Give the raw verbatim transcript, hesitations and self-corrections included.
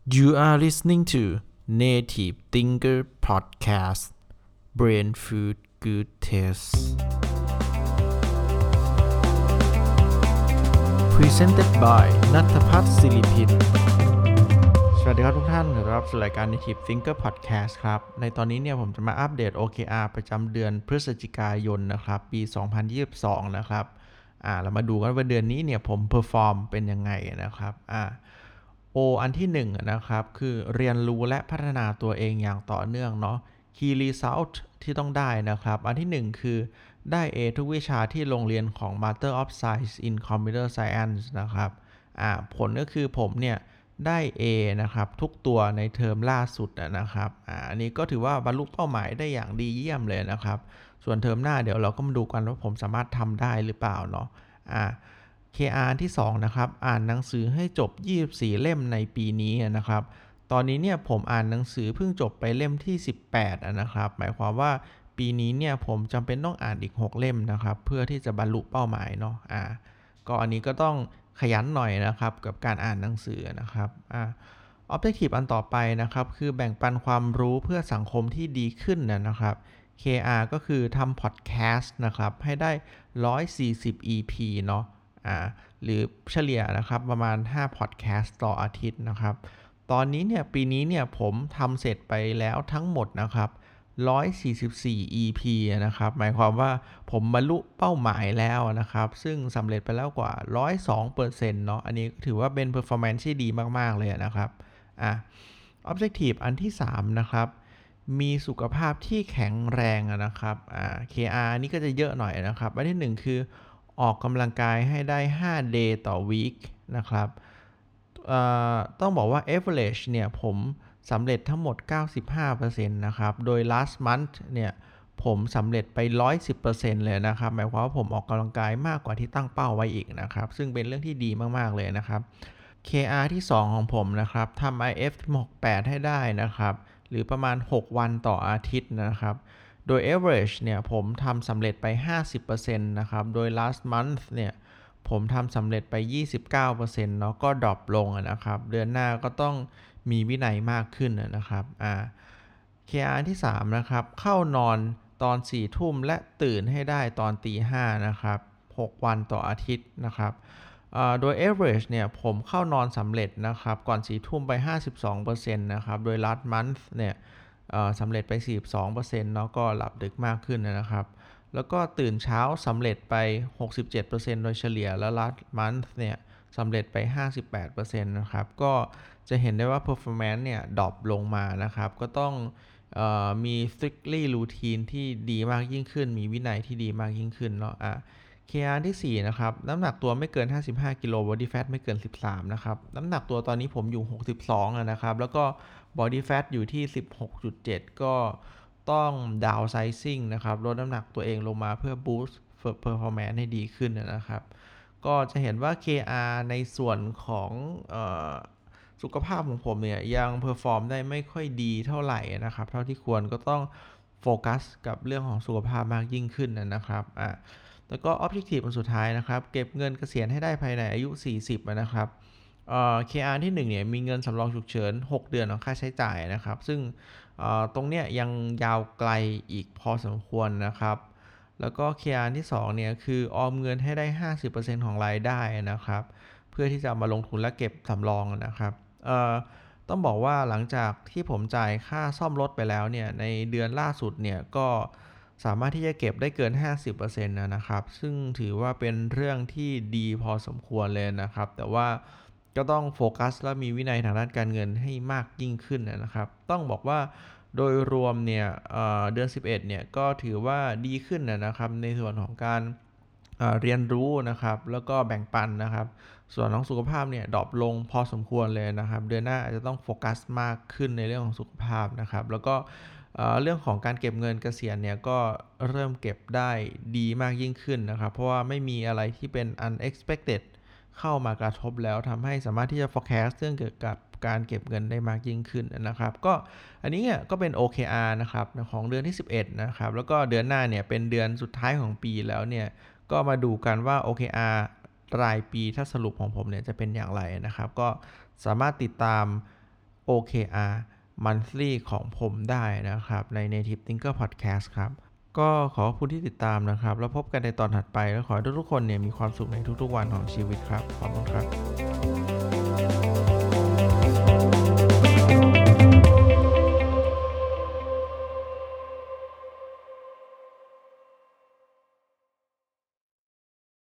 You are listening to Native Thinker Podcast Brain Food Good Taste Presented by ณัฐพัฒน์ศิริพินสวัสดีครับทุกท่านขอต้อนรับสู่รายการ Native Thinker Podcast ครับในตอนนี้เนี่ยผมจะมาอัปเดต โอ เค อาร์ ประจำเดือนพฤศจิกายนนะครับปีสองพันยี่สิบสองนะครับอ่าเรามาดูกันว่าเดือนนี้เนี่ยผมเพอร์ฟอร์มเป็นยังไงนะครับอ่าO อันที่หนึ่งนะครับคือเรียนรู้และพัฒนาตัวเองอย่างต่อเนื่องเนาะ Key Result ที่ต้องได้นะครับอันที่หนึ่งคือได้ A ทุกวิชาที่โรงเรียนของ Master of Science in Computer Science นะครับอ่าผลก็คือผมเนี่ยได้ A นะครับทุกตัวในเทอมล่าสุดนะครับอ่าอันนี้ก็ถือว่าบรรลุเป้าหมายได้อย่างดีเยี่ยมเลยนะครับส่วนเทอมหน้าเดี๋ยวเราก็มาดูกันว่าผมสามารถทำได้หรือเปล่าเนาะอ่าเค อาร์ ที่สองนะครับอ่านหนังสือให้จบยี่สิบสี่เล่มในปีนี้นะครับตอนนี้เนี่ยผมอ่านหนังสือเพิ่งจบไปเล่มที่สิบแปดนะครับหมายความว่าปีนี้เนี่ยผมจำเป็นต้องอ่านอีกหกเล่มนะครับเพื่อที่จะบรรลุเป้าหมายเนาะอ่าก็อันนี้ก็ต้องขยันหน่อยนะครับกับการอ่านหนังสือนะครับอ่า Objective อันต่อไปนะครับคือแบ่งปันความรู้เพื่อสังคมที่ดีขึ้นนะครับ เค อาร์ ก็คือทำพอดแคสต์นะครับให้ได้หนึ่งร้อยสี่สิบ อี พี เนาะอ่าหรือเฉลี่ยนะครับประมาณห้าพอดแคสต์ต่ออาทิตย์นะครับตอนนี้เนี่ยปีนี้เนี่ยผมทำเสร็จไปแล้วทั้งหมดนะครับหนึ่งร้อยสี่สิบสี่ อี พี นะครับหมายความว่าผมบรรลุเป้าหมายแล้วนะครับซึ่งสำเร็จไปแล้วกว่า หนึ่งร้อยสองเปอร์เซ็นต์ เนาะอันนี้ถือว่าเป็น performance ที่ดีมากๆเลยนะครับอ่ะ Objective อันที่สามนะครับมีสุขภาพที่แข็งแรงนะครับอ่า เค อาร์ นี่ก็จะเยอะหน่อยนะครับอันที่หนึ่งคือออกกำลังกายให้ได้ห้า day ต่อ week นะครับต้องบอกว่า average เนี่ยผมสำเร็จทั้งหมด เก้าสิบห้าเปอร์เซ็นต์ นะครับโดย last month เนี่ยผมสำเร็จไป หนึ่งร้อยสิบเปอร์เซ็นต์ เลยนะครับหมายความว่าผมออกกำลังกายมากกว่าที่ตั้งเป้าไว้อีกนะครับซึ่งเป็นเรื่องที่ดีมากๆเลยนะครับ เค อาร์ ที่สองของผมนะครับทำ ไอ เอฟ หกสิบแปดให้ได้นะครับหรือประมาณหกวันต่ออาทิตย์นะครับโดย average เนี่ยผมทำสำเร็จไป ห้าสิบเปอร์เซ็นต์ นะครับโดย last month เนี่ยผมทำสำเร็จไป ยี่สิบเก้าเปอร์เซ็นต์ เนาะก็ดรอปลงนะครับเดือนหน้าก็ต้องมีวินัยมากขึ้นนะครับอ่า เค อาร์ ที่สามนะครับเข้านอนตอนสี่ทุ่มและตื่นให้ได้ตอนตีห้านะครับหกวันต่ออาทิตย์นะครับโดย average เนี่ยผมเข้านอนสำเร็จนะครับก่อนสี่ทุ่มไป ห้าสิบสองเปอร์เซ็นต์ นะครับโดย last month เนี่ยสำเร็จไป สี่สิบสองเปอร์เซ็นต์ เนาะก็หลับดึกมากขึ้นนะครับแล้วก็ตื่นเช้าสำเร็จไป หกสิบเจ็ดเปอร์เซ็นต์ โดยเฉลี่ยและ last month เนี่ยสำเร็จไป ห้าสิบแปดเปอร์เซ็นต์ นะครับก็จะเห็นได้ว่า performance เนี่ยดรอปลงมานะครับก็ต้องมี strictly routine ที่ดีมากยิ่งขึ้นมีวินัยที่ดีมากยิ่งขึ้นเนาะอ่ะ เค อาร์ ที่สี่นะครับน้ำหนักตัวไม่เกินห้าสิบห้ากิโล body fat ไม่เกินสิบสามนะครับน้ำหนักตัวตอนนี้ผมอยู่หกสิบสองนะครับแล้วก็ body fat อยู่ที่ สิบหกจุดเจ็ด ก็ต้อง downsizing นะครับลดน้ำหนักตัวเองลงมาเพื่อ boost performance ให้ดีขึ้นนะครับก็จะเห็นว่า เค อาร์ ในส่วนของเอ่อสุขภาพของผมเนี่ยยังเพอร์ฟอร์มได้ไม่ค่อยดีเท่าไหร่นะครับเท่าที่ควรก็ต้องโฟกัสกับเรื่องของสุขภาพมากยิ่งขึ้นนะครับอ่ะแล้วก็ objective อันสุดท้ายนะครับเก็บเงินเกษียณให้ได้ภายในอายุสี่สิบนะครับเอ่อ เค อาร์ ที่หนึ่งเนี่ยมีเงินสำรองฉุกเฉินหกเดือนของค่าใช้จ่ายนะครับซึ่งตรงเนี้ยยังยาวไกลอีกพอสมควรนะครับแล้วก็ เค อาร์ ที่สองเนี่ยคือออมเงินให้ได้ ห้าสิบเปอร์เซ็นต์ ของรายได้นะครับเพื่อที่จะมาลงทุนและเก็บสำรองนะครับเอ่อต้องบอกว่าหลังจากที่ผมจ่ายค่าซ่อมรถไปแล้วเนี่ยในเดือนล่าสุดเนี่ยก็สามารถที่จะเก็บได้เกิน ห้าสิบเปอร์เซ็นต์ นะครับซึ่งถือว่าเป็นเรื่องที่ดีพอสมควรเลยนะครับแต่ว่าก็ต้องโฟกัสและมีวินัยทางด้านการเงินให้มากยิ่งขึ้นนะครับต้องบอกว่าโดยรวมเนี่ย เอ่อ เดือนสิบเอ็ดเนี่ยก็ถือว่าดีขึ้นนะครับในส่วนของการเอ่อเรียนรู้นะครับแล้วก็แบ่งปันนะครับส่วนของสุขภาพเนี่ยดรอปลงพอสมควรเลยนะครับเดือนหน้าอาจจะต้องโฟกัสมากขึ้นในเรื่องของสุขภาพนะครับแล้วก็เอ่อเรื่องของการเก็บเงินเกษียณเนี่ยก็เริ่มเก็บได้ดีมากยิ่งขึ้นนะครับเพราะว่าไม่มีอะไรที่เป็น unexpected เข้ามากระทบแล้วทำให้สามารถที่จะ forecast เรื่องเกี่ยวกับการเก็บเงินได้มากยิ่งขึ้นนะครับก็อันนี้เนี่ยก็เป็น โอ เค อาร์ นะครับของเดือนที่สิบเอ็ดนะครับแล้วก็เดือนหน้าเนี่ยเป็นเดือนสุดท้ายของปีแล้วเนี่ยก็มาดูกันว่า โอ เค อาร์ รายปีถ้าสรุปของผมเนี่ยจะเป็นอย่างไรนะครับก็สามารถติดตามโอ เค อาร์ Monthly ของผมได้นะครับใน Native Thinker Podcast ครับก็ขอขอบคุณที่ติดตามนะครับแล้วพบกันในตอนถัดไปแล้วขอให้ทุกๆคนเนี่ยมีความสุขในทุกๆวันของชีวิตครับขอบคุณครับ